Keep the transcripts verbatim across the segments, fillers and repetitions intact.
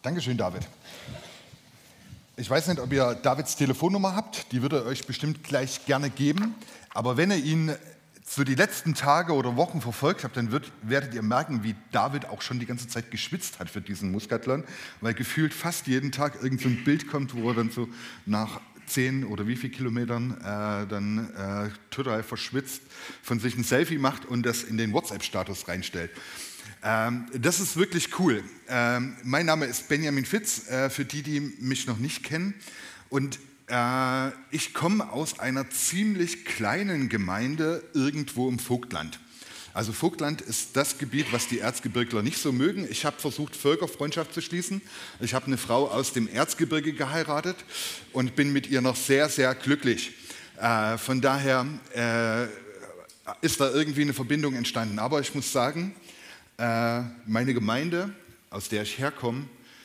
Dankeschön, David. Ich weiß nicht, ob ihr Davids Telefonnummer habt, die würde er euch bestimmt gleich gerne geben. Aber wenn ihr ihn für die letzten Tage oder Wochen verfolgt habt, dann wird, werdet ihr merken, wie David auch schon die ganze Zeit geschwitzt hat für diesen Muskathlon, weil gefühlt fast jeden Tag irgend so ein Bild kommt, wo er dann so nach zehn oder wie viel Kilometern äh, dann äh, total verschwitzt von sich ein Selfie macht und das in den WhatsApp-Status reinstellt. Ähm, das ist wirklich cool. Ähm, mein Name ist Benjamin Fitz, äh, für die, die mich noch nicht kennen. Und äh, ich komme aus einer ziemlich kleinen Gemeinde irgendwo im Vogtland. Also Vogtland ist das Gebiet, was die Erzgebirgler nicht so mögen. Ich habe versucht, Völkerfreundschaft zu schließen. Ich habe eine Frau aus dem Erzgebirge geheiratet und bin mit ihr noch sehr, sehr glücklich. Äh, von daher äh, ist da irgendwie eine Verbindung entstanden. Aber ich muss sagen, äh, meine Gemeinde, aus der ich herkomme,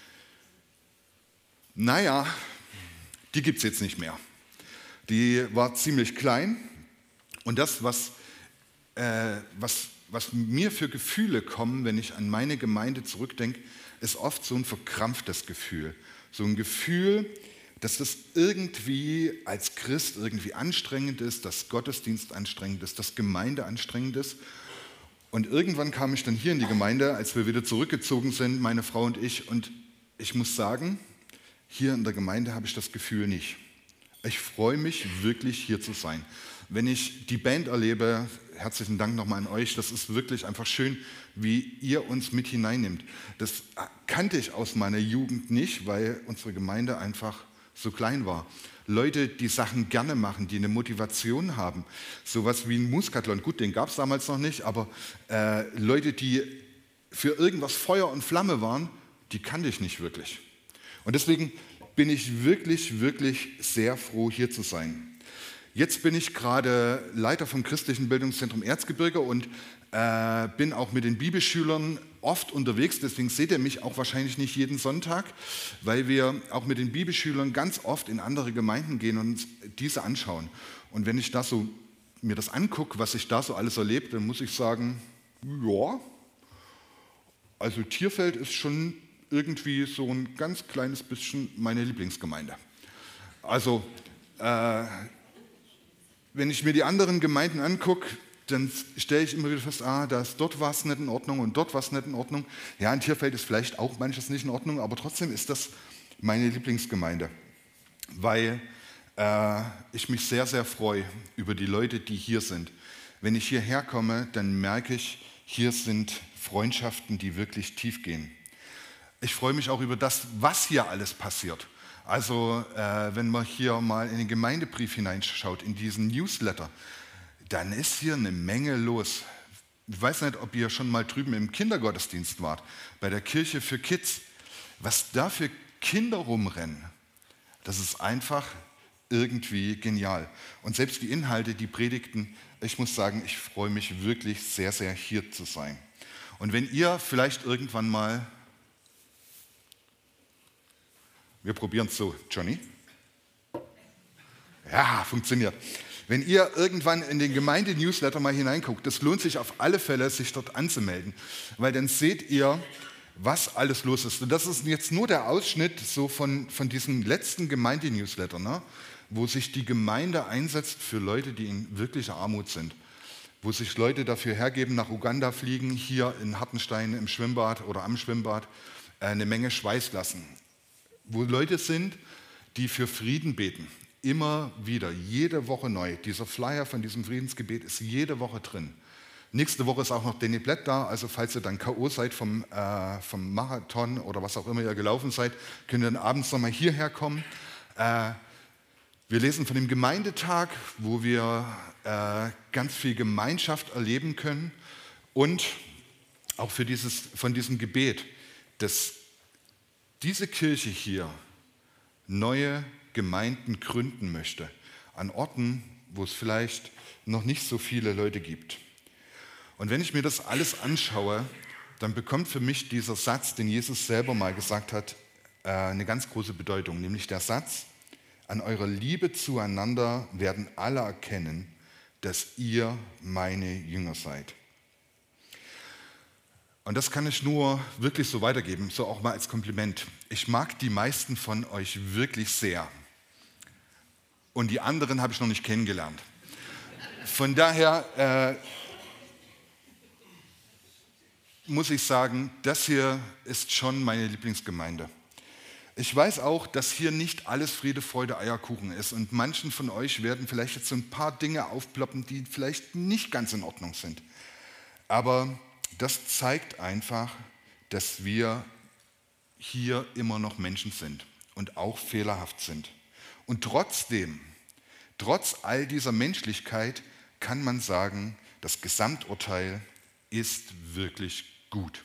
naja, die gibt es jetzt nicht mehr. Die war ziemlich klein und das, was Äh, was, was mir für Gefühle kommen, wenn ich an meine Gemeinde zurückdenke, ist oft so ein verkrampftes Gefühl. So ein Gefühl, dass das irgendwie als Christ irgendwie anstrengend ist, dass Gottesdienst anstrengend ist, dass Gemeinde anstrengend ist. Und irgendwann kam ich dann hier in die Gemeinde, als wir wieder zurückgezogen sind, meine Frau und ich. Und ich muss sagen, hier in der Gemeinde habe ich das Gefühl nicht. Ich freue mich wirklich, hier zu sein. Wenn ich die Band erlebe, herzlichen Dank nochmal an euch, das ist wirklich einfach schön, wie ihr uns mit hineinnimmt. Das kannte ich aus meiner Jugend nicht, weil unsere Gemeinde einfach so klein war. Leute, die Sachen gerne machen, die eine Motivation haben, sowas wie ein Muskathlon, gut, den gab es damals noch nicht, aber äh, Leute, die für irgendwas Feuer und Flamme waren, die kannte ich nicht wirklich. Und deswegen bin ich wirklich, wirklich sehr froh, hier zu sein. Jetzt bin ich gerade Leiter vom Christlichen Bildungszentrum Erzgebirge und äh, bin auch mit den Bibelschülern oft unterwegs. Deswegen seht ihr mich auch wahrscheinlich nicht jeden Sonntag, weil wir auch mit den Bibelschülern ganz oft in andere Gemeinden gehen und uns diese anschauen. Und wenn ich da so, mir das angucke, was ich da so alles erlebe, dann muss ich sagen, ja, also Tierfeld ist schon irgendwie so ein ganz kleines bisschen meine Lieblingsgemeinde. Also äh, wenn ich mir die anderen Gemeinden angucke, dann stelle ich immer wieder fest, ah, da ist dort was nicht in Ordnung und dort was nicht in Ordnung. Ja, in Tierfeld ist vielleicht auch manches nicht in Ordnung, aber trotzdem ist das meine Lieblingsgemeinde, weil äh, ich mich sehr, sehr freue über die Leute, die hier sind. Wenn ich hierher komme, dann merke ich, hier sind Freundschaften, die wirklich tief gehen. Ich freue mich auch über das, was hier alles passiert. Also äh, wenn man hier mal in den Gemeindebrief hineinschaut, in diesen Newsletter, dann ist hier eine Menge los. Ich weiß nicht, ob ihr schon mal drüben im Kindergottesdienst wart, bei der Kirche für Kids. Was da für Kinder rumrennen, das ist einfach irgendwie genial. Und selbst die Inhalte, die Predigten, ich muss sagen, ich freue mich wirklich sehr, sehr hier zu sein. Und wenn ihr vielleicht irgendwann mal Wir probieren es so, Johnny. Ja, funktioniert. Wenn ihr irgendwann in den Gemeinde-Newsletter mal hineinguckt, das lohnt sich auf alle Fälle, sich dort anzumelden, weil dann seht ihr, was alles los ist. Und das ist jetzt nur der Ausschnitt so von, von diesem letzten Gemeinde-Newsletter, ne? Wo sich die Gemeinde einsetzt für Leute, die in wirklicher Armut sind. Wo sich Leute dafür hergeben, nach Uganda fliegen, hier in Hartenstein im Schwimmbad oder am Schwimmbad äh, eine Menge Schweiß lassen. Wo Leute sind, die für Frieden beten. Immer wieder, jede Woche neu. Dieser Flyer von diesem Friedensgebet ist jede Woche drin. Nächste Woche ist auch noch Danny Blatt da, also falls ihr dann K O seid vom, äh, vom Marathon oder was auch immer ihr gelaufen seid, könnt ihr dann abends nochmal hierher kommen. Äh, wir lesen von dem Gemeindetag, wo wir äh, ganz viel Gemeinschaft erleben können und auch für dieses, von diesem Gebet, das diese Kirche hier neue Gemeinden gründen möchte, an Orten, wo es vielleicht noch nicht so viele Leute gibt. Und wenn ich mir das alles anschaue, dann bekommt für mich dieser Satz, den Jesus selber mal gesagt hat, eine ganz große Bedeutung, nämlich der Satz, an eurer Liebe zueinander werden alle erkennen, dass ihr meine Jünger seid. Und das kann ich nur wirklich so weitergeben, so auch mal als Kompliment. Ich mag die meisten von euch wirklich sehr. Und die anderen habe ich noch nicht kennengelernt. Von daher äh, muss ich sagen, das hier ist schon meine Lieblingsgemeinde. Ich weiß auch, dass hier nicht alles Friede, Freude, Eierkuchen ist. Und manchen von euch werden vielleicht jetzt so ein paar Dinge aufploppen, die vielleicht nicht ganz in Ordnung sind. Aber das zeigt einfach, dass wir hier immer noch Menschen sind und auch fehlerhaft sind. Und trotzdem, trotz all dieser Menschlichkeit, kann man sagen, das Gesamturteil ist wirklich gut.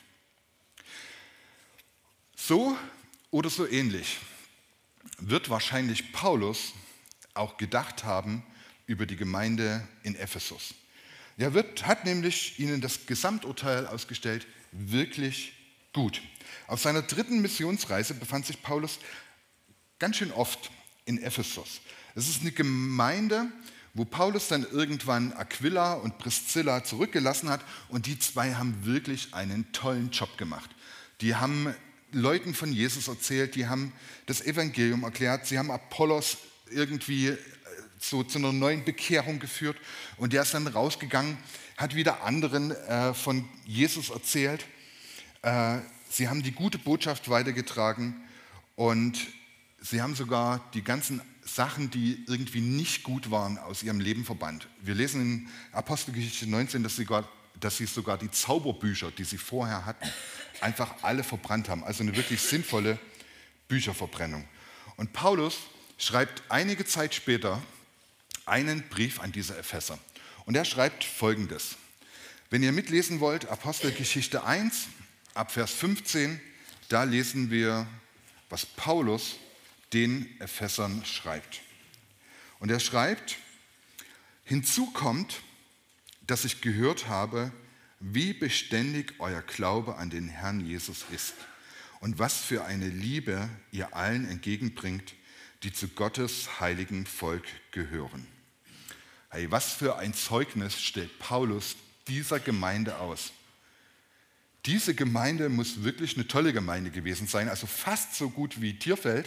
So oder so ähnlich wird wahrscheinlich Paulus auch gedacht haben über die Gemeinde in Ephesus. Er wird, hat nämlich ihnen das Gesamturteil ausgestellt, wirklich gut. Auf seiner dritten Missionsreise befand sich Paulus ganz schön oft in Ephesus. Es ist eine Gemeinde, wo Paulus dann irgendwann Aquila und Priscilla zurückgelassen hat und die zwei haben wirklich einen tollen Job gemacht. Die haben Leuten von Jesus erzählt, die haben das Evangelium erklärt, sie haben Apollos irgendwie so zu einer neuen Bekehrung geführt und der ist dann rausgegangen, hat wieder anderen äh, von Jesus erzählt. Äh, sie haben die gute Botschaft weitergetragen und sie haben sogar die ganzen Sachen, die irgendwie nicht gut waren, aus ihrem Leben verbannt. Wir lesen in Apostelgeschichte neunzehn, dass sie, sogar, dass sie sogar die Zauberbücher, die sie vorher hatten, einfach alle verbrannt haben. Also eine wirklich sinnvolle Bücherverbrennung. Und Paulus schreibt einige Zeit später einen Brief an diese Epheser. Und er schreibt Folgendes. Wenn ihr mitlesen wollt, Apostelgeschichte eins, ab Vers fünfzehn, da lesen wir, was Paulus den Ephesern schreibt. Und er schreibt, hinzu kommt, dass ich gehört habe, wie beständig euer Glaube an den Herrn Jesus ist und was für eine Liebe ihr allen entgegenbringt, die zu Gottes heiligen Volk gehören. Hey, was für ein Zeugnis stellt Paulus dieser Gemeinde aus? Diese Gemeinde muss wirklich eine tolle Gemeinde gewesen sein, also fast so gut wie Tierfeld.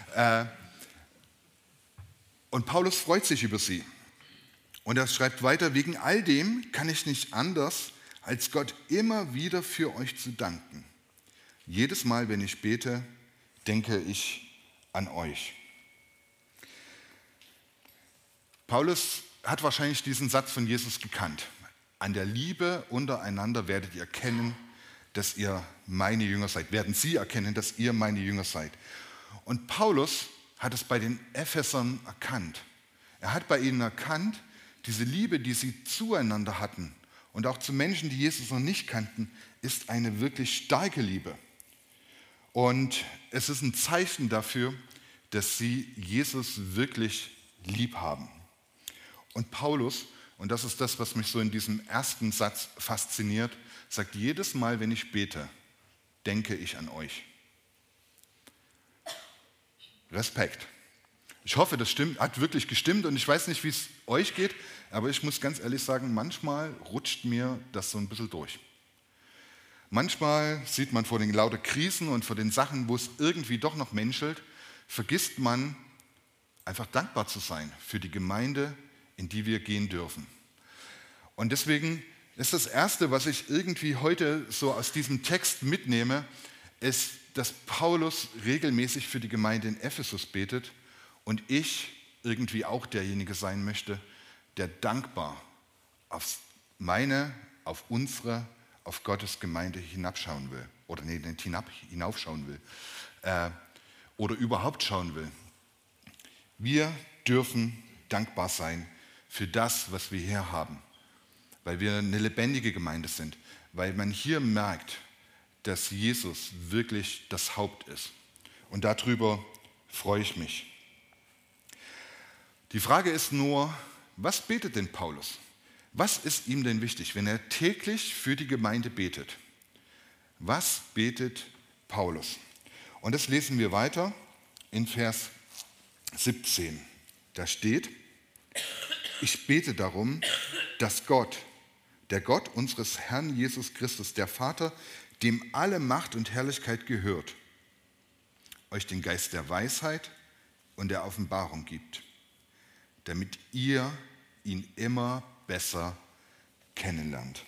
Und Paulus freut sich über sie. Und er schreibt weiter, wegen all dem kann ich nicht anders, als Gott immer wieder für euch zu danken. Jedes Mal, wenn ich bete, denke ich an euch. Paulus hat wahrscheinlich diesen Satz von Jesus gekannt. An der Liebe untereinander werdet ihr erkennen, dass ihr meine Jünger seid. Werden sie erkennen, dass ihr meine Jünger seid. Und Paulus hat es bei den Ephesern erkannt. Er hat bei ihnen erkannt, diese Liebe, die sie zueinander hatten und auch zu Menschen, die Jesus noch nicht kannten, ist eine wirklich starke Liebe. Und es ist ein Zeichen dafür, dass sie Jesus wirklich lieb haben. Und Paulus, und das ist das, was mich so in diesem ersten Satz fasziniert, sagt, jedes Mal, wenn ich bete, denke ich an euch. Respekt. Ich hoffe, das stimmt, hat wirklich gestimmt und ich weiß nicht, wie es euch geht, aber ich muss ganz ehrlich sagen, manchmal rutscht mir das so ein bisschen durch. Manchmal sieht man vor den lauter Krisen und vor den Sachen, wo es irgendwie doch noch menschelt, vergisst man einfach dankbar zu sein für die Gemeinde, in die wir gehen dürfen. Und deswegen ist das Erste, was ich irgendwie heute so aus diesem Text mitnehme, ist, dass Paulus regelmäßig für die Gemeinde in Ephesus betet und ich irgendwie auch derjenige sein möchte, der dankbar auf meine, auf unsere, auf Gottes Gemeinde hinabschauen will. Oder nee, nicht hinab, hinaufschauen will. Äh, oder überhaupt schauen will. Wir dürfen dankbar sein für das, was wir hier haben. Weil wir eine lebendige Gemeinde sind. Weil man hier merkt, dass Jesus wirklich das Haupt ist. Und darüber freue ich mich. Die Frage ist nur, was betet denn Paulus? Was ist ihm denn wichtig, wenn er täglich für die Gemeinde betet? Was betet Paulus? Und das lesen wir weiter in Vers siebzehn. Da steht, ich bete darum, dass Gott, der Gott unseres Herrn Jesus Christus, der Vater, dem alle Macht und Herrlichkeit gehört, euch den Geist der Weisheit und der Offenbarung gibt, damit ihr ihn immer besser kennenlernt.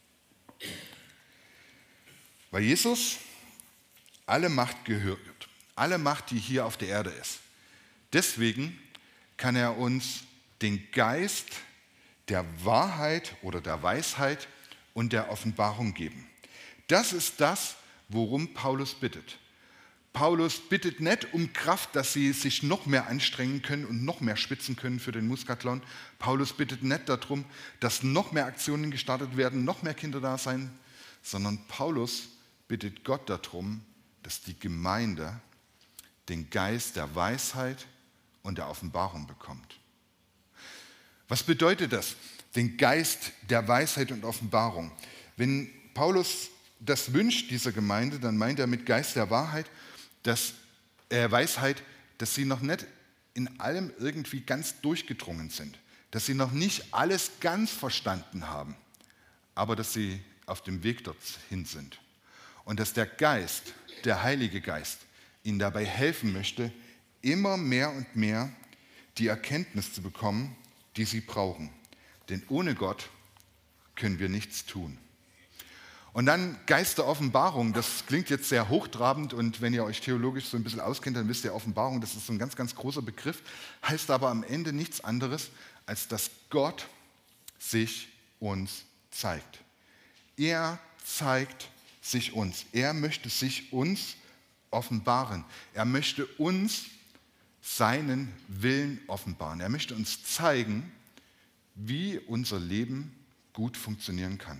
Weil Jesus alle Macht gehört, alle Macht, die hier auf der Erde ist. Deswegen kann er uns den Geist der Wahrheit oder der Weisheit und der Offenbarung geben. Das ist das, worum Paulus bittet. Paulus bittet nicht um Kraft, dass sie sich noch mehr anstrengen können und noch mehr schwitzen können für den Muskathlon. Paulus bittet nicht darum, dass noch mehr Aktionen gestartet werden, noch mehr Kinder da sein, sondern Paulus bittet Gott darum, dass die Gemeinde den Geist der Weisheit und der Offenbarung bekommt. Was bedeutet das, den Geist der Weisheit und Offenbarung? Wenn Paulus das wünscht, dieser Gemeinde, dann meint er mit Geist der Wahrheit, dass äh, Weisheit, dass sie noch nicht in allem irgendwie ganz durchgedrungen sind, dass sie noch nicht alles ganz verstanden haben, aber dass sie auf dem Weg dorthin sind. Und dass der Geist, der Heilige Geist, ihnen dabei helfen möchte, immer mehr und mehr die Erkenntnis zu bekommen, die sie brauchen. Denn ohne Gott können wir nichts tun. Und dann Geist der Offenbarung, das klingt jetzt sehr hochtrabend und wenn ihr euch theologisch so ein bisschen auskennt, dann wisst ihr, Offenbarung, das ist so ein ganz, ganz großer Begriff, heißt aber am Ende nichts anderes, als dass Gott sich uns zeigt. Er zeigt sich uns. Er möchte sich uns offenbaren. Er möchte uns seinen Willen offenbaren. Er möchte uns zeigen, wie unser Leben gut funktionieren kann.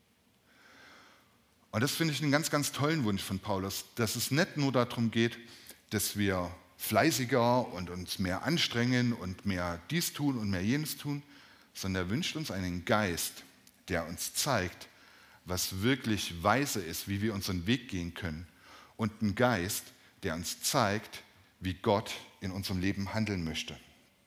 Und das finde ich einen ganz, ganz tollen Wunsch von Paulus, dass es nicht nur darum geht, dass wir fleißiger und uns mehr anstrengen und mehr dies tun und mehr jenes tun, sondern er wünscht uns einen Geist, der uns zeigt, was wirklich weise ist, wie wir unseren Weg gehen können und einen Geist, der uns zeigt, wie Gott in unserem Leben handeln möchte.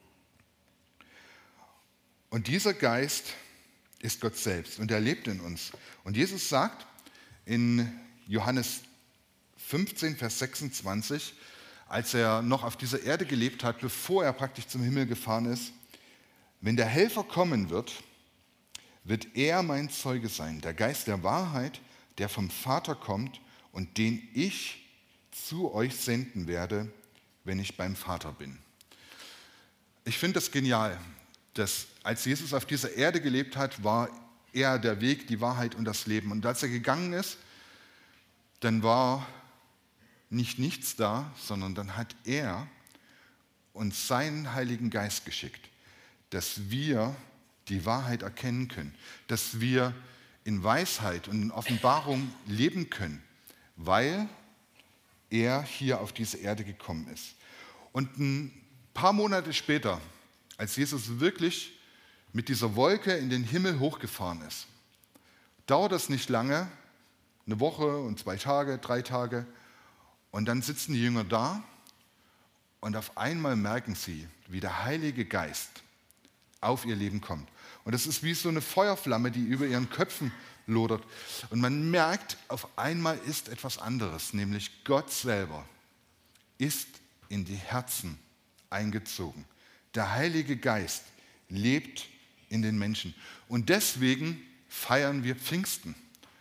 Und dieser Geist ist Gott selbst und er lebt in uns. Und Jesus sagt in Johannes fünfzehn, Vers sechsundzwanzig, als er noch auf dieser Erde gelebt hat, bevor er praktisch zum Himmel gefahren ist, wenn der Helfer kommen wird, wird er mein Zeuge sein, der Geist der Wahrheit, der vom Vater kommt und den ich zu euch senden werde, wenn ich beim Vater bin. Ich finde das genial, dass als Jesus auf dieser Erde gelebt hat, war er der Weg, die Wahrheit und das Leben. Und als er gegangen ist, dann war nicht nichts da, sondern dann hat er uns seinen Heiligen Geist geschickt, dass wir die Wahrheit erkennen können, dass wir in Weisheit und in Offenbarung leben können, weil er hier auf diese Erde gekommen ist. Und ein paar Monate später, als Jesus wirklich mit dieser Wolke in den Himmel hochgefahren ist, dauert es nicht lange, eine Woche und zwei Tage, drei Tage, und dann sitzen die Jünger da und auf einmal merken sie, wie der Heilige Geist auf ihr Leben kommt. Und das ist wie so eine Feuerflamme, die über ihren Köpfen lodert. Und man merkt, auf einmal ist etwas anderes, nämlich Gott selber ist in die Herzen eingezogen. Der Heilige Geist lebt in den Menschen. Und deswegen feiern wir Pfingsten.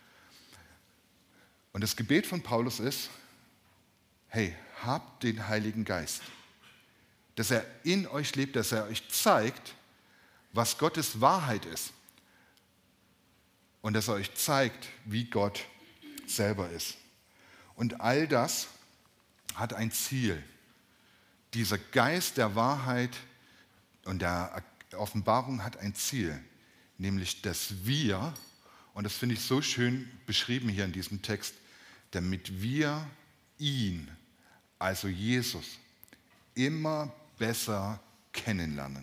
Und das Gebet von Paulus ist, hey, habt den Heiligen Geist, dass er in euch lebt, dass er euch zeigt, was Gottes Wahrheit ist und dass er euch zeigt, wie Gott selber ist. Und all das hat ein Ziel. Dieser Geist der Wahrheit und der Offenbarung hat ein Ziel, nämlich dass wir, und das finde ich so schön beschrieben hier in diesem Text, damit wir ihn, also Jesus, immer besser kennenlernen.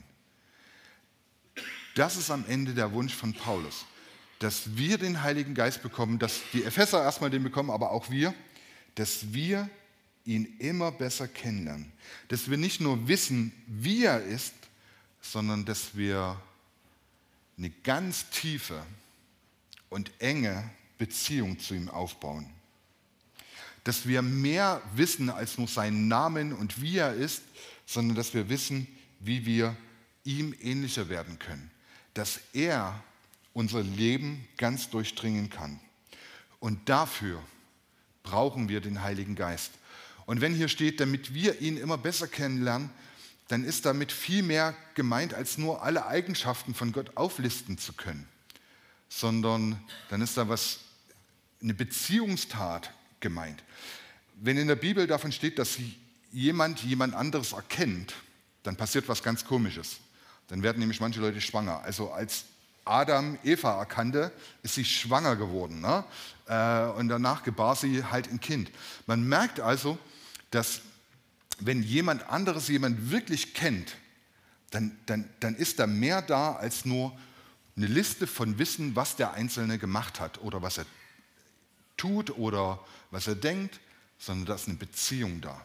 Das ist am Ende der Wunsch von Paulus, dass wir den Heiligen Geist bekommen, dass die Epheser erstmal den bekommen, aber auch wir, dass wir ihn immer besser kennenlernen. Dass wir nicht nur wissen, wie er ist, sondern dass wir eine ganz tiefe und enge Beziehung zu ihm aufbauen. Dass wir mehr wissen als nur seinen Namen und wie er ist, sondern dass wir wissen, wie wir ihm ähnlicher werden können. Dass er unser Leben ganz durchdringen kann. Und dafür brauchen wir den Heiligen Geist. Und wenn hier steht, damit wir ihn immer besser kennenlernen, dann ist damit viel mehr gemeint, als nur alle Eigenschaften von Gott auflisten zu können. Sondern dann ist da was, eine Beziehungstat gemeint. Wenn in der Bibel davon steht, dass jemand jemand anderes erkennt, dann passiert was ganz Komisches. Dann werden nämlich manche Leute schwanger. Also als Adam Eva erkannte, ist sie schwanger geworden. Ne? Und danach gebar sie halt ein Kind. Man merkt also, dass wenn jemand anderes jemand wirklich kennt, dann, dann, dann ist da mehr da als nur eine Liste von Wissen, was der Einzelne gemacht hat oder was er tut oder was er denkt, sondern da ist eine Beziehung da.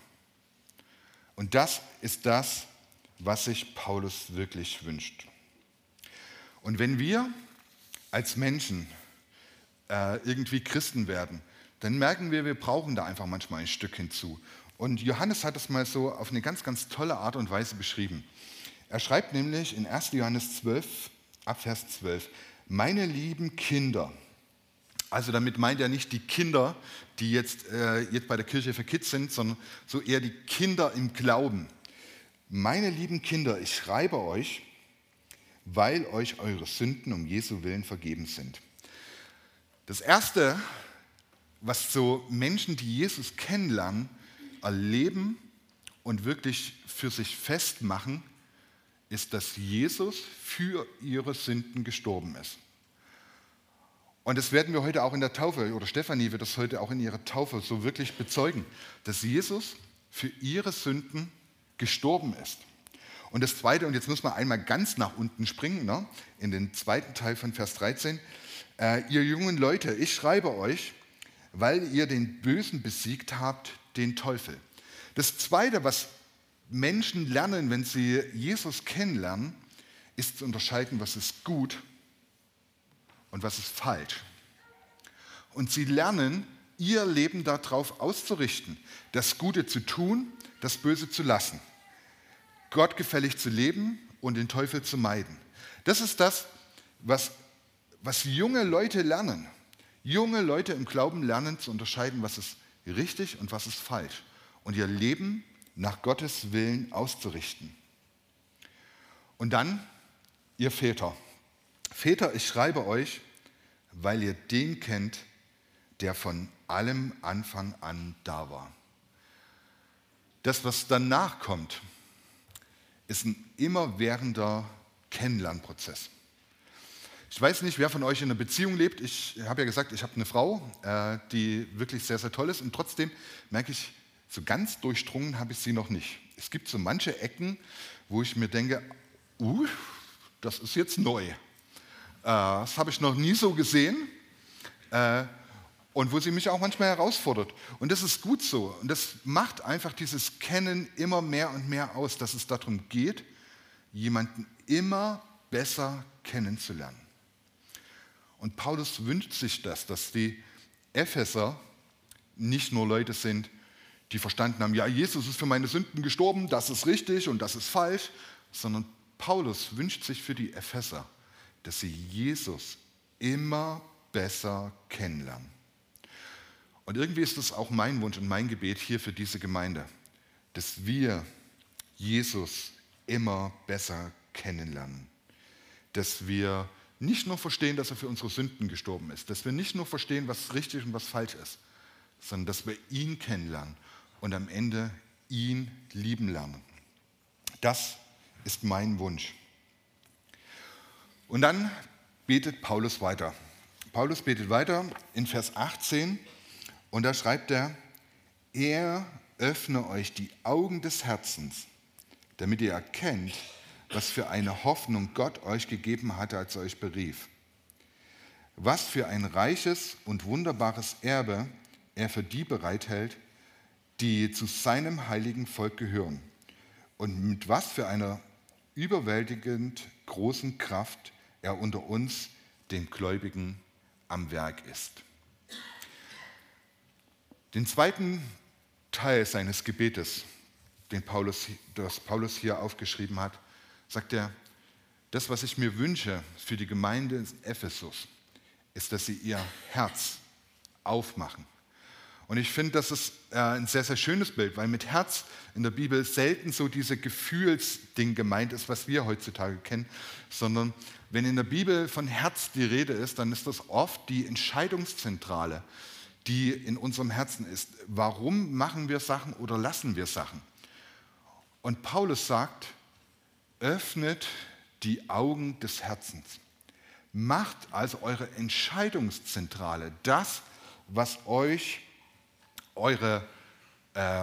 Und das ist das, was sich Paulus wirklich wünscht. Und wenn wir als Menschen äh, irgendwie Christen werden, dann merken wir, wir brauchen da einfach manchmal ein Stück hinzu. Und Johannes hat es mal so auf eine ganz, ganz tolle Art und Weise beschrieben. Er schreibt nämlich in erster Johannes zwölf, ab Vers zwölf, meine lieben Kinder, also damit meint er nicht die Kinder, die jetzt, äh, jetzt bei der Kirche für Kids sind, sondern so eher die Kinder im Glauben. Meine lieben Kinder, ich schreibe euch, weil euch eure Sünden um Jesu Willen vergeben sind. Das Erste, was so Menschen, die Jesus kennenlernen, erleben und wirklich für sich festmachen, ist, dass Jesus für ihre Sünden gestorben ist. Und das werden wir heute auch in der Taufe, oder Stefanie wird das heute auch in ihrer Taufe so wirklich bezeugen, dass Jesus für ihre Sünden gestorben ist. Und das Zweite, und jetzt muss man einmal ganz nach unten springen, ne, in den zweiten Teil von Vers dreizehn. Äh, ihr jungen Leute, ich schreibe euch, weil ihr den Bösen besiegt habt, den Teufel. Das Zweite, was Menschen lernen, wenn sie Jesus kennenlernen, ist zu unterscheiden, was ist gut und was ist falsch. Und sie lernen, ihr Leben darauf auszurichten, das Gute zu tun, das Böse zu lassen. Gottgefällig zu leben und den Teufel zu meiden. Das ist das, was, was junge Leute lernen. Junge Leute im Glauben lernen zu unterscheiden, was ist richtig und was ist falsch. Und ihr Leben nach Gottes Willen auszurichten. Und dann, ihr Väter. Väter, ich schreibe euch, weil ihr den kennt, der von allem Anfang an da war. Das, was danach kommt, ist ein immerwährender Kennenlernprozess. Ich weiß nicht, wer von euch in einer Beziehung lebt. Ich habe ja gesagt, ich habe eine Frau, äh, die wirklich sehr, sehr toll ist. Und trotzdem merke ich, so ganz durchdrungen habe ich sie noch nicht. Es gibt so manche Ecken, wo ich mir denke, uh, das ist jetzt neu. Äh, das habe ich noch nie so gesehen. Äh, und wo sie mich auch manchmal herausfordert. Und das ist gut so. Und das macht einfach dieses Kennen immer mehr und mehr aus, dass es darum geht, jemanden immer besser kennenzulernen. Und Paulus wünscht sich das, dass die Epheser nicht nur Leute sind, die verstanden haben, ja, Jesus ist für meine Sünden gestorben, das ist richtig und das ist falsch, sondern Paulus wünscht sich für die Epheser, dass sie Jesus immer besser kennenlernen. Und irgendwie ist das auch mein Wunsch und mein Gebet hier für diese Gemeinde, dass wir Jesus immer besser kennenlernen. Dass wir nicht nur verstehen, dass er für unsere Sünden gestorben ist, dass wir nicht nur verstehen, was richtig und was falsch ist, sondern dass wir ihn kennenlernen und am Ende ihn lieben lernen. Das ist mein Wunsch. Und dann betet Paulus weiter. Paulus betet weiter in Vers achtzehn. Und da schreibt er, er öffne euch die Augen des Herzens, damit ihr erkennt, was für eine Hoffnung Gott euch gegeben hatte, als er euch berief. Was für ein reiches und wunderbares Erbe er für die bereithält, die zu seinem heiligen Volk gehören. Und mit was für einer überwältigend großen Kraft er unter uns, den Gläubigen, am Werk ist. Den zweiten Teil seines Gebetes, den Paulus, das Paulus hier aufgeschrieben hat, sagt er, das, was ich mir wünsche für die Gemeinde in Ephesus, ist, dass sie ihr Herz aufmachen. Und ich finde, das ist ein sehr, sehr schönes Bild, weil mit Herz in der Bibel selten so diese Gefühlsding gemeint ist, was wir heutzutage kennen, sondern wenn in der Bibel von Herz die Rede ist, dann ist das oft die Entscheidungszentrale, die in unserem Herzen ist. Warum machen wir Sachen oder lassen wir Sachen? Und Paulus sagt, öffnet die Augen des Herzens. Macht also eure Entscheidungszentrale, das, was euch eure, äh,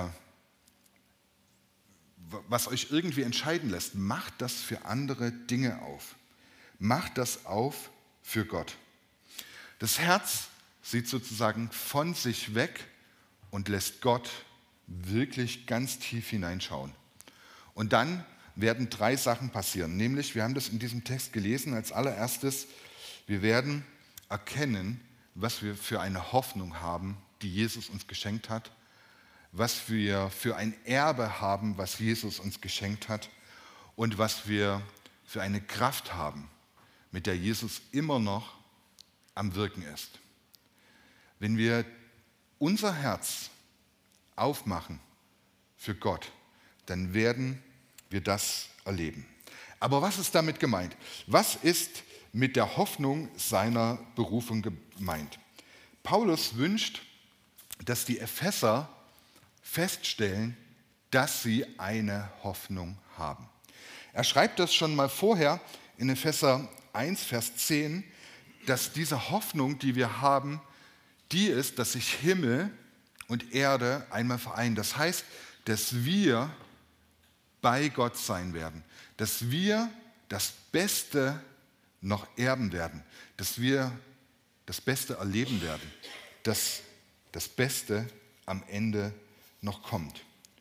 was euch irgendwie entscheiden lässt, macht das für andere Dinge auf. Macht das auf für Gott. Das Herz sieht sozusagen von sich weg und lässt Gott wirklich ganz tief hineinschauen. Und dann werden drei Sachen passieren. Nämlich, wir haben das in diesem Text gelesen, als allererstes, wir werden erkennen, was wir für eine Hoffnung haben, die Jesus uns geschenkt hat, was wir für ein Erbe haben, was Jesus uns geschenkt hat und was wir für eine Kraft haben, mit der Jesus immer noch am Wirken ist. Wenn wir unser Herz aufmachen für Gott, dann werden wir das erleben. Aber was ist damit gemeint? Was ist mit der Hoffnung seiner Berufung gemeint? Paulus wünscht, dass die Epheser feststellen, dass sie eine Hoffnung haben. Er schreibt das schon mal vorher in Epheser eins, Vers zehn, dass diese Hoffnung, die wir haben, die ist, dass sich Himmel und Erde einmal vereinen. Das heißt, dass wir bei Gott sein werden, dass wir das Beste noch erben werden, dass wir das Beste erleben werden, dass das Beste am Ende noch kommt.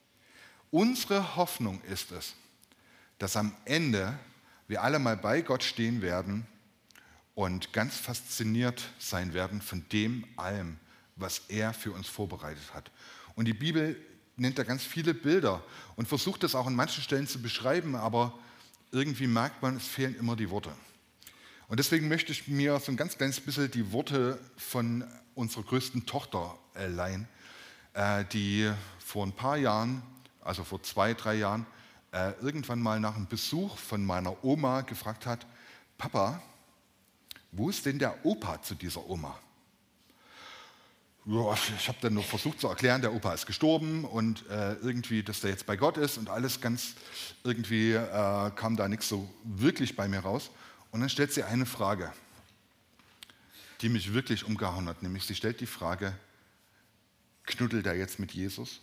Unsere Hoffnung ist es, dass am Ende wir alle mal bei Gott stehen werden und ganz fasziniert sein werden von dem allem, was er für uns vorbereitet hat. Und die Bibel nennt da ganz viele Bilder und versucht das auch an manchen Stellen zu beschreiben, aber irgendwie merkt man, es fehlen immer die Worte. Und deswegen möchte ich mir so ein ganz kleines bisschen die Worte von unserer größten Tochter leihen, die vor ein paar Jahren, also vor zwei, drei Jahren, irgendwann mal nach einem Besuch von meiner Oma gefragt hat, Papa, wo ist denn der Opa zu dieser Oma? Ja, ich habe dann nur versucht zu erklären, der Opa ist gestorben und äh, irgendwie, dass der jetzt bei Gott ist und alles ganz, irgendwie äh, kam da nichts so wirklich bei mir raus. Und dann stellt sie eine Frage, die mich wirklich umgehauen hat, nämlich sie stellt die Frage, knuddelt er jetzt mit Jesus?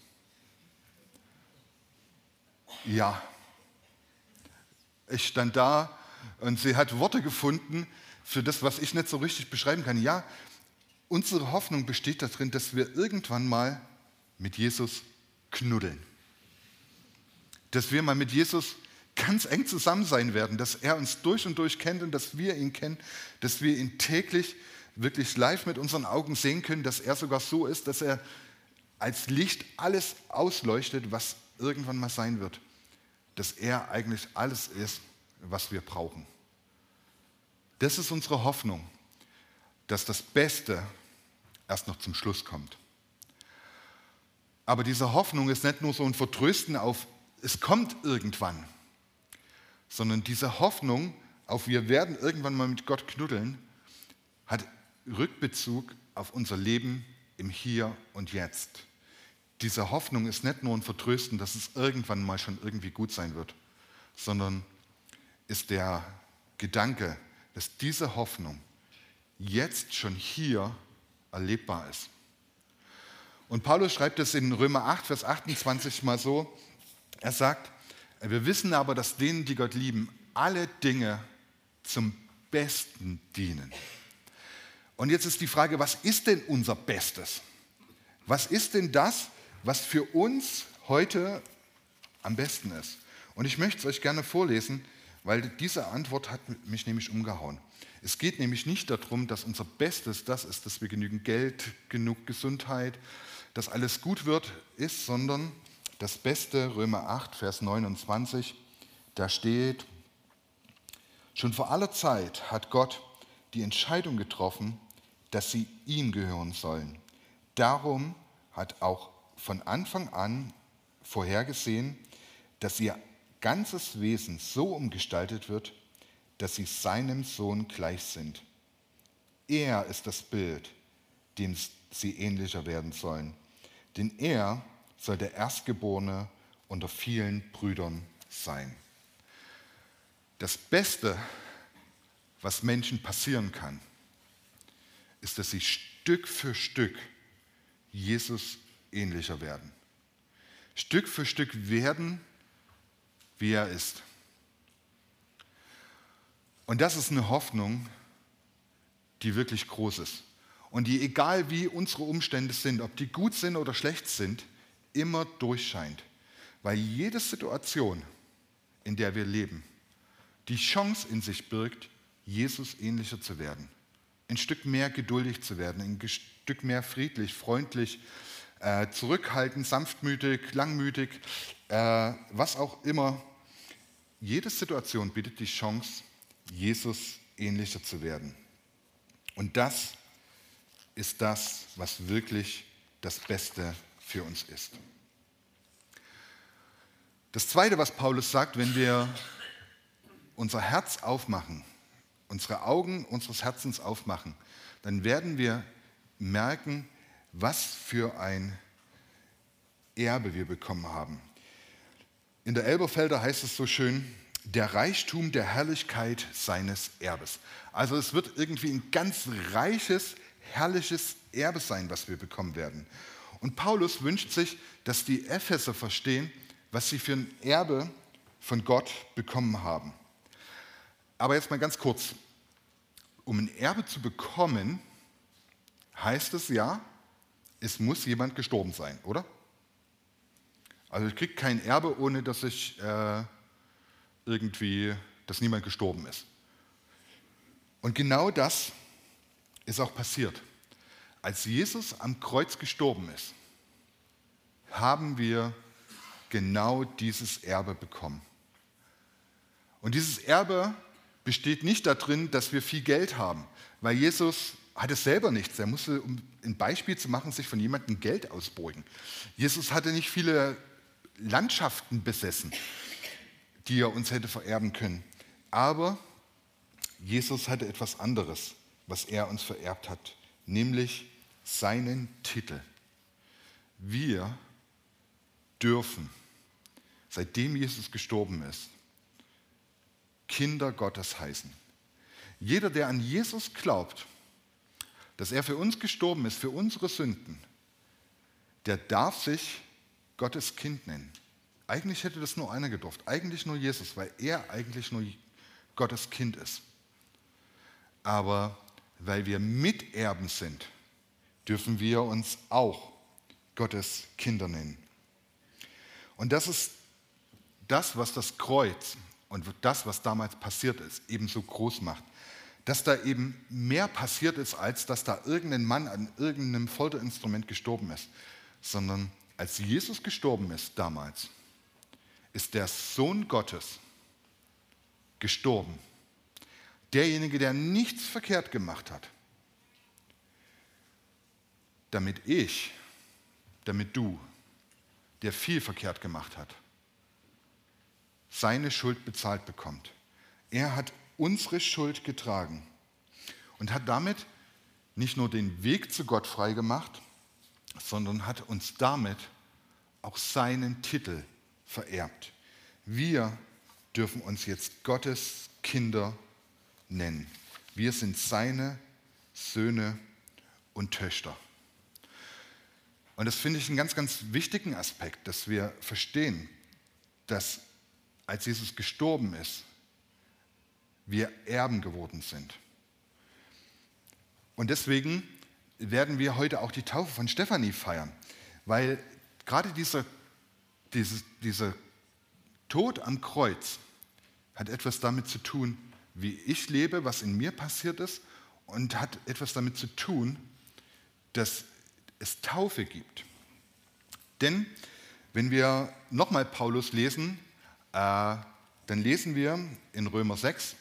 Ja. Ich stand da und sie hat Worte gefunden für das, was ich nicht so richtig beschreiben kann. Ja, unsere Hoffnung besteht darin, dass wir irgendwann mal mit Jesus knuddeln. Dass wir mal mit Jesus ganz eng zusammen sein werden, dass er uns durch und durch kennt und dass wir ihn kennen, dass wir ihn täglich wirklich live mit unseren Augen sehen können, dass er sogar so ist, dass er als Licht alles ausleuchtet, was irgendwann mal sein wird. Dass er eigentlich alles ist, was wir brauchen. Das ist unsere Hoffnung, dass das Beste erst noch zum Schluss kommt. Aber diese Hoffnung ist nicht nur so ein Vertrösten auf, es kommt irgendwann, sondern diese Hoffnung auf, wir werden irgendwann mal mit Gott knuddeln, hat Rückbezug auf unser Leben im Hier und Jetzt. Diese Hoffnung ist nicht nur ein Vertrösten, dass es irgendwann mal schon irgendwie gut sein wird, sondern ist der Gedanke, dass diese Hoffnung jetzt schon hier erlebbar ist. Und Paulus schreibt es in Römer acht, Vers achtundzwanzig mal so, er sagt, wir wissen aber, dass denen, die Gott lieben, alle Dinge zum Besten dienen. Und jetzt ist die Frage, was ist denn unser Bestes? Was ist denn das, was für uns heute am besten ist? Und ich möchte es euch gerne vorlesen, weil diese Antwort hat mich nämlich umgehauen. Es geht nämlich nicht darum, dass unser Bestes das ist, dass wir genügend Geld, genug Gesundheit, dass alles gut wird, ist, sondern das Beste, Römer acht, Vers neunundzwanzig, da steht: Schon vor aller Zeit hat Gott die Entscheidung getroffen, dass sie ihm gehören sollen. Darum hat auch von Anfang an vorhergesehen, dass ihr ganzes Wesen so umgestaltet wird, dass sie seinem Sohn gleich sind. Er ist das Bild, dem sie ähnlicher werden sollen. Denn er soll der Erstgeborene unter vielen Brüdern sein. Das Beste, was Menschen passieren kann, ist, dass sie Stück für Stück Jesus ähnlicher werden. Stück für Stück werden, wie er ist. Und das ist eine Hoffnung, die wirklich groß ist. Und die, egal wie unsere Umstände sind, ob die gut sind oder schlecht sind, immer durchscheint. Weil jede Situation, in der wir leben, die Chance in sich birgt, Jesus ähnlicher zu werden. Ein Stück mehr geduldig zu werden, ein Stück mehr friedlich, freundlich, äh, zurückhaltend, sanftmütig, langmütig, äh, was auch immer. Jede Situation bietet die Chance, Jesus ähnlicher zu werden. Und das ist das, was wirklich das Beste für uns ist. Das Zweite, was Paulus sagt, wenn wir unser Herz aufmachen, unsere Augen unseres Herzens aufmachen, dann werden wir merken, was für ein Erbe wir bekommen haben. In der Elberfelder heißt es so schön: der Reichtum der Herrlichkeit seines Erbes. Also es wird irgendwie ein ganz reiches, herrliches Erbe sein, was wir bekommen werden. Und Paulus wünscht sich, dass die Epheser verstehen, was sie für ein Erbe von Gott bekommen haben. Aber jetzt mal ganz kurz: Um ein Erbe zu bekommen, heißt es ja, es muss jemand gestorben sein, oder? Also ich kriege kein Erbe, ohne dass ich äh, irgendwie, dass niemand gestorben ist. Und genau das ist auch passiert. Als Jesus am Kreuz gestorben ist, haben wir genau dieses Erbe bekommen. Und dieses Erbe besteht nicht darin, dass wir viel Geld haben, weil Jesus hatte selber nichts. Er musste, um ein Beispiel zu machen, sich von jemandem Geld ausbeugen. Jesus hatte nicht viele Landschaften besessen, die er uns hätte vererben können. Aber Jesus hatte etwas anderes, was er uns vererbt hat, nämlich seinen Titel. Wir dürfen, seitdem Jesus gestorben ist, Kinder Gottes heißen. Jeder, der an Jesus glaubt, dass er für uns gestorben ist, für unsere Sünden, der darf sich Gottes Kind nennen. Eigentlich hätte das nur einer gedurft, eigentlich nur Jesus, weil er eigentlich nur Gottes Kind ist. Aber weil wir Miterben sind, dürfen wir uns auch Gottes Kinder nennen. Und das ist das, was das Kreuz und das, was damals passiert ist, eben so groß macht. Dass da eben mehr passiert ist, als dass da irgendein Mann an irgendeinem Folterinstrument gestorben ist, sondern als Jesus gestorben ist damals, ist der Sohn Gottes gestorben. Derjenige, der nichts verkehrt gemacht hat, damit ich, damit du, der viel verkehrt gemacht hat, seine Schuld bezahlt bekommt. Er hat unsere Schuld getragen und hat damit nicht nur den Weg zu Gott freigemacht, sondern hat uns damit auch seinen Titel vererbt. Wir dürfen uns jetzt Gottes Kinder nennen. Wir sind seine Söhne und Töchter. Und das finde ich einen ganz, ganz wichtigen Aspekt, dass wir verstehen, dass als Jesus gestorben ist, wir Erben geworden sind. Und deswegen werden wir heute auch die Taufe von Stefanie feiern, weil gerade dieser, dieser, dieser Tod am Kreuz hat etwas damit zu tun, wie ich lebe, was in mir passiert ist, und hat etwas damit zu tun, dass es Taufe gibt. Denn wenn wir nochmal Paulus lesen, äh, dann lesen wir in Römer sechs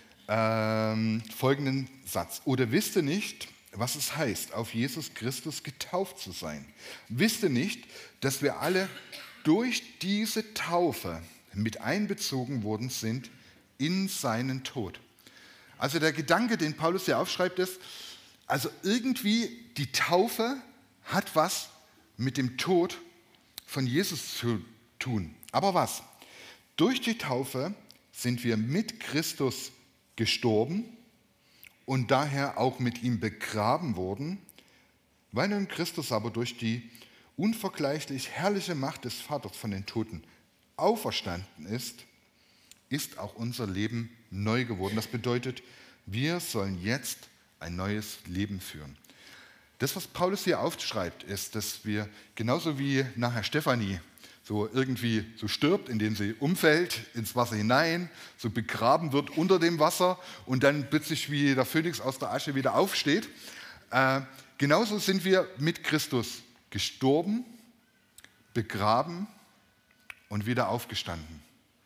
äh, folgenden Satz. Oder wisst ihr nicht, was es heißt, auf Jesus Christus getauft zu sein? Wisst ihr nicht, dass wir alle durch diese Taufe mit einbezogen worden sind in seinen Tod? Also der Gedanke, den Paulus hier aufschreibt, ist, also irgendwie die Taufe hat was mit dem Tod von Jesus zu tun. Aber was? Durch die Taufe sind wir mit Christus gestorben und daher auch mit ihm begraben worden, weil nun Christus aber durch die unvergleichlich herrliche Macht des Vaters von den Toten auferstanden ist, ist auch unser Leben neu geworden. Das bedeutet, wir sollen jetzt ein neues Leben führen. Das, was Paulus hier aufschreibt, ist, dass wir genauso wie nachher Stefanie so irgendwie so stirbt, indem sie umfällt ins Wasser hinein, so begraben wird unter dem Wasser und dann plötzlich wie der Phönix aus der Asche wieder aufsteht. Äh, genauso sind wir mit Christus gestorben, begraben und wieder aufgestanden.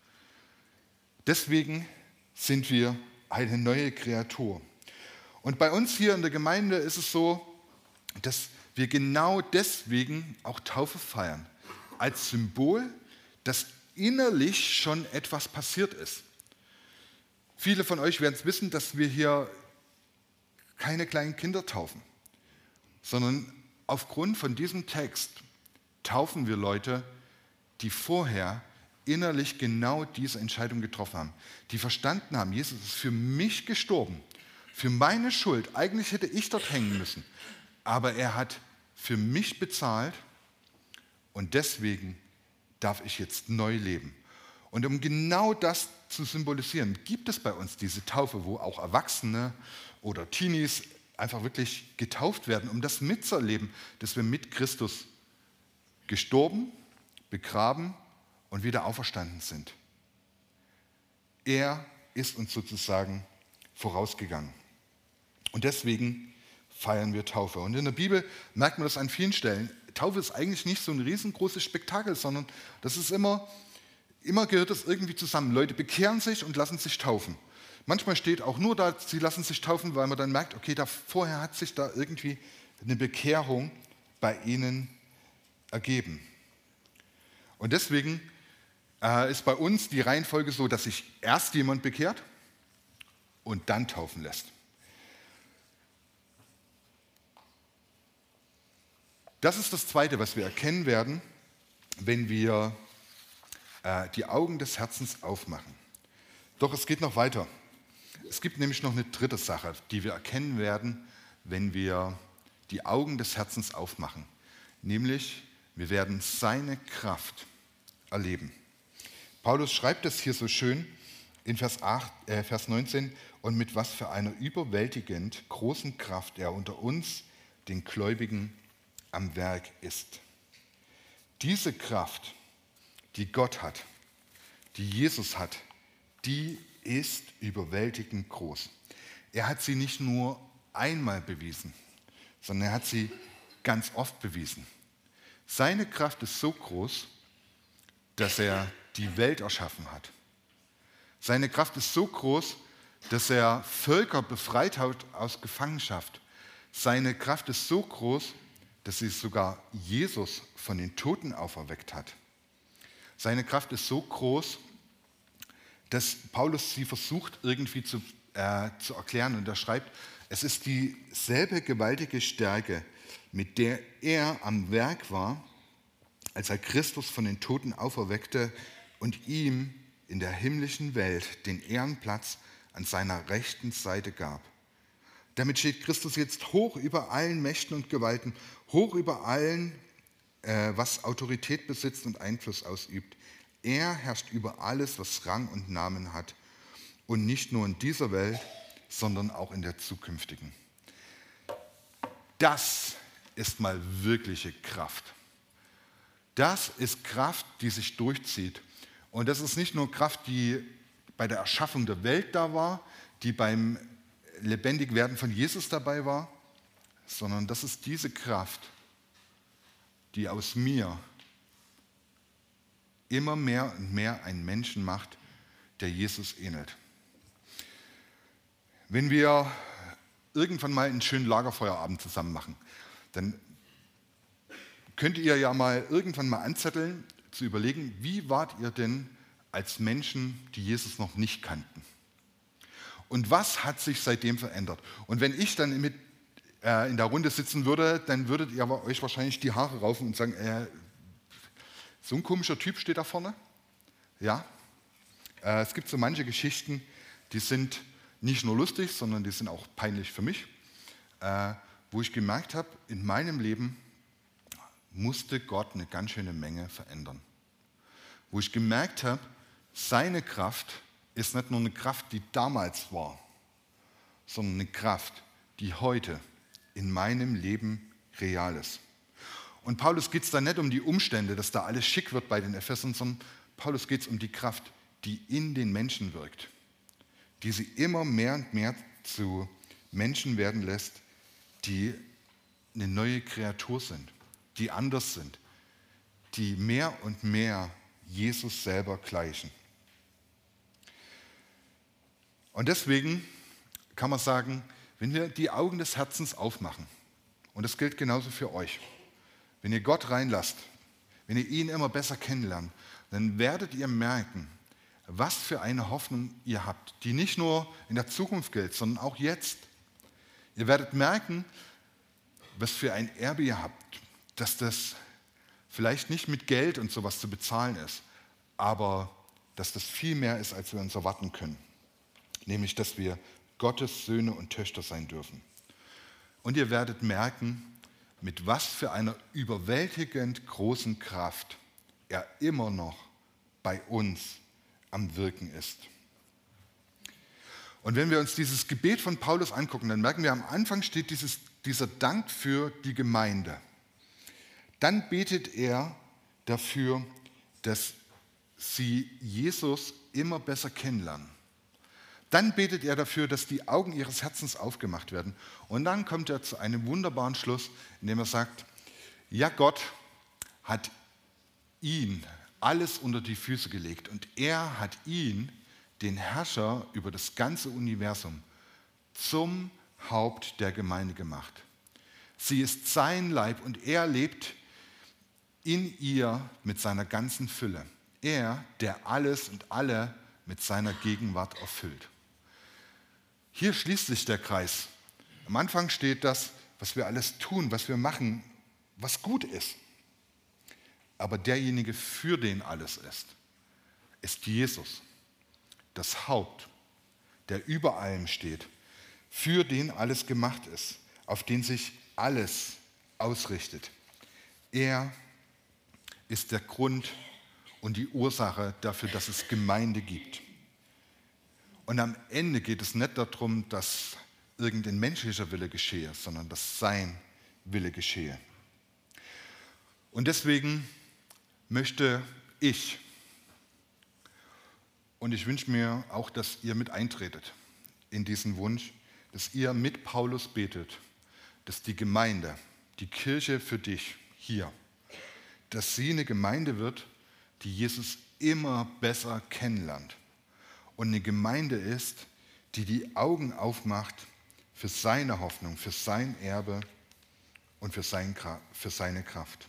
Deswegen sind wir eine neue Kreatur. Und bei uns hier in der Gemeinde ist es so, dass wir genau deswegen auch Taufe feiern. Als Symbol, dass innerlich schon etwas passiert ist. Viele von euch werden es wissen, dass wir hier keine kleinen Kinder taufen, sondern aufgrund von diesem Text taufen wir Leute, die vorher innerlich genau diese Entscheidung getroffen haben, die verstanden haben, Jesus ist für mich gestorben, für meine Schuld. Eigentlich hätte ich dort hängen müssen, aber er hat für mich bezahlt und deswegen darf ich jetzt neu leben. Und um genau das zu symbolisieren, gibt es bei uns diese Taufe, wo auch Erwachsene oder Teenies einfach wirklich getauft werden, um das mitzuerleben, dass wir mit Christus gestorben, begraben und wieder auferstanden sind. Er ist uns sozusagen vorausgegangen. Und deswegen feiern wir Taufe. Und in der Bibel merkt man das an vielen Stellen. Taufe ist eigentlich nicht so ein riesengroßes Spektakel, sondern das ist immer, immer gehört das irgendwie zusammen. Leute bekehren sich und lassen sich taufen. Manchmal steht auch nur da, sie lassen sich taufen, weil man dann merkt, okay, da vorher hat sich da irgendwie eine Bekehrung bei ihnen ergeben. Und deswegen äh, ist bei uns die Reihenfolge so, dass sich erst jemand bekehrt und dann taufen lässt. Das ist das Zweite, was wir erkennen werden, wenn wir äh, die Augen des Herzens aufmachen. Doch es geht noch weiter. Es gibt nämlich noch eine dritte Sache, die wir erkennen werden, wenn wir die Augen des Herzens aufmachen. Nämlich, wir werden seine Kraft erleben. Paulus schreibt es hier so schön in Vers, acht, äh, Vers neunzehn, und mit was für einer überwältigend großen Kraft er unter uns, den Gläubigen, am Werk ist. Diese Kraft, die Gott hat, die Jesus hat, die ist überwältigend groß. Er hat sie nicht nur einmal bewiesen, sondern er hat sie ganz oft bewiesen. Seine Kraft ist so groß, dass er die Welt erschaffen hat. Seine Kraft ist so groß, dass er Völker befreit hat aus Gefangenschaft. Seine Kraft ist so groß, dass sie sogar Jesus von den Toten auferweckt hat. Seine Kraft ist so groß, dass Paulus sie versucht irgendwie zu, äh, zu erklären. Und er schreibt, es ist dieselbe gewaltige Stärke, mit der er am Werk war, als er Christus von den Toten auferweckte und ihm in der himmlischen Welt den Ehrenplatz an seiner rechten Seite gab. Damit steht Christus jetzt hoch über allen Mächten und Gewalten, hoch über allen, äh, was Autorität besitzt und Einfluss ausübt. Er herrscht über alles, was Rang und Namen hat. Und nicht nur in dieser Welt, sondern auch in der zukünftigen. Das ist mal wirkliche Kraft. Das ist Kraft, die sich durchzieht. Und das ist nicht nur Kraft, die bei der Erschaffung der Welt da war, die beim Lebendigwerden von Jesus dabei war, sondern das ist diese Kraft, die aus mir immer mehr und mehr einen Menschen macht, der Jesus ähnelt. Wenn wir irgendwann mal einen schönen Lagerfeuerabend zusammen machen, dann könnt ihr ja mal irgendwann mal anzetteln, zu überlegen, wie wart ihr denn als Menschen, die Jesus noch nicht kannten? Und was hat sich seitdem verändert? Und wenn ich dann mit, äh, in der Runde sitzen würde, dann würdet ihr euch wahrscheinlich die Haare raufen und sagen, äh, so ein komischer Typ steht da vorne. Ja, äh, es gibt so manche Geschichten, die sind nicht nur lustig, sondern die sind auch peinlich für mich, äh, wo ich gemerkt habe, in meinem Leben musste Gott eine ganz schöne Menge verändern. Wo ich gemerkt habe, seine Kraft ist nicht nur eine Kraft, die damals war, sondern eine Kraft, die heute in meinem Leben real ist. Und Paulus geht es da nicht um die Umstände, dass da alles schick wird bei den Ephesern, sondern Paulus geht es um die Kraft, die in den Menschen wirkt, die sie immer mehr und mehr zu Menschen werden lässt, die eine neue Kreatur sind, die anders sind, die mehr und mehr Jesus selber gleichen. Und deswegen kann man sagen, wenn wir die Augen des Herzens aufmachen, und das gilt genauso für euch, wenn ihr Gott reinlasst, wenn ihr ihn immer besser kennenlernt, dann werdet ihr merken, was für eine Hoffnung ihr habt, die nicht nur in der Zukunft gilt, sondern auch jetzt. Ihr werdet merken, was für ein Erbe ihr habt, dass das vielleicht nicht mit Geld und sowas zu bezahlen ist, aber dass das viel mehr ist, als wir uns erwarten können. Nämlich, dass wir Gottes Söhne und Töchter sein dürfen. Und ihr werdet merken, mit was für einer überwältigend großen Kraft er immer noch bei uns am Wirken ist. Und wenn wir uns dieses Gebet von Paulus angucken, dann merken wir, am Anfang steht dieses, dieser Dank für die Gemeinde. Dann betet er dafür, dass sie Jesus immer besser kennenlernen. Dann betet er dafür, dass die Augen ihres Herzens aufgemacht werden. Und dann kommt er zu einem wunderbaren Schluss, in dem er sagt, ja, Gott hat ihn alles unter die Füße gelegt und er hat ihn, den Herrscher über das ganze Universum, zum Haupt der Gemeinde gemacht. Sie ist sein Leib und er lebt in ihr mit seiner ganzen Fülle. Er, der alles und alle mit seiner Gegenwart erfüllt. Hier schließt sich der Kreis. Am Anfang steht das, was wir alles tun, was wir machen, was gut ist. Aber derjenige, für den alles ist, ist Jesus, das Haupt, der über allem steht, für den alles gemacht ist, auf den sich alles ausrichtet. Er ist der Grund und die Ursache dafür, dass es Gemeinde gibt. Und am Ende geht es nicht darum, dass irgendein menschlicher Wille geschehe, sondern dass sein Wille geschehe. Und deswegen möchte ich, und ich wünsche mir auch, dass ihr mit eintretet in diesen Wunsch, dass ihr mit Paulus betet, dass die Gemeinde, die Kirche für dich hier, dass sie eine Gemeinde wird, die Jesus immer besser kennenlernt. Und eine Gemeinde ist, die die Augen aufmacht für seine Hoffnung, für sein Erbe und für, sein, für seine Kraft.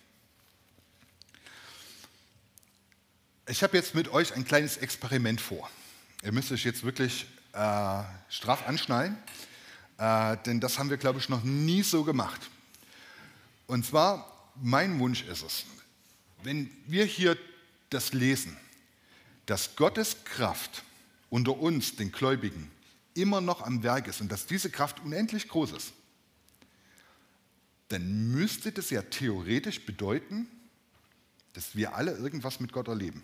Ich habe jetzt mit euch ein kleines Experiment vor. Ihr müsst euch jetzt wirklich äh, straff anschnallen, äh, denn das haben wir, glaube ich, noch nie so gemacht. Und zwar, mein Wunsch ist es, wenn wir hier das lesen, dass Gottes Kraft unter uns, den Gläubigen, immer noch am Werk ist und dass diese Kraft unendlich groß ist, dann müsste das ja theoretisch bedeuten, dass wir alle irgendwas mit Gott erleben.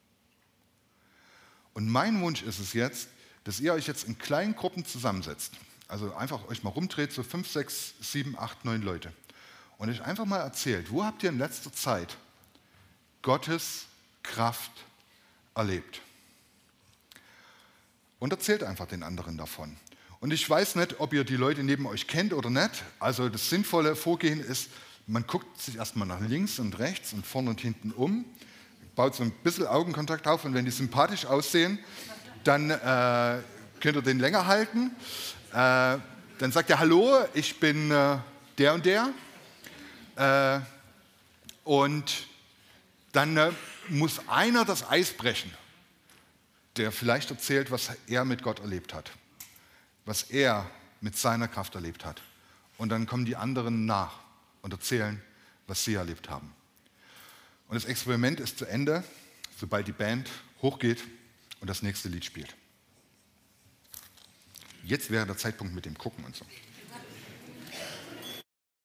Und mein Wunsch ist es jetzt, dass ihr euch jetzt in kleinen Gruppen zusammensetzt, also einfach euch mal rumdreht, so fünf, sechs, sieben, acht, neun Leute, und euch einfach mal erzählt, wo habt ihr in letzter Zeit Gottes Kraft erlebt? und erzählt einfach den anderen davon. Und ich weiß nicht, ob ihr die Leute neben euch kennt oder nicht. Also das sinnvolle Vorgehen ist, man guckt sich erstmal nach links und rechts und vorne und hinten um, baut so ein bisschen Augenkontakt auf und wenn die sympathisch aussehen, dann äh, könnt ihr den länger halten. Äh, dann sagt er, hallo, ich bin äh, der und der. Äh, und dann äh, muss einer das Eis brechen, der vielleicht erzählt, was er mit Gott erlebt hat, was er mit seiner Kraft erlebt hat. Und dann kommen die anderen nach und erzählen, was sie erlebt haben. Und das Experiment ist zu Ende, sobald die Band hochgeht und das nächste Lied spielt. Jetzt wäre der Zeitpunkt mit dem Gucken und so.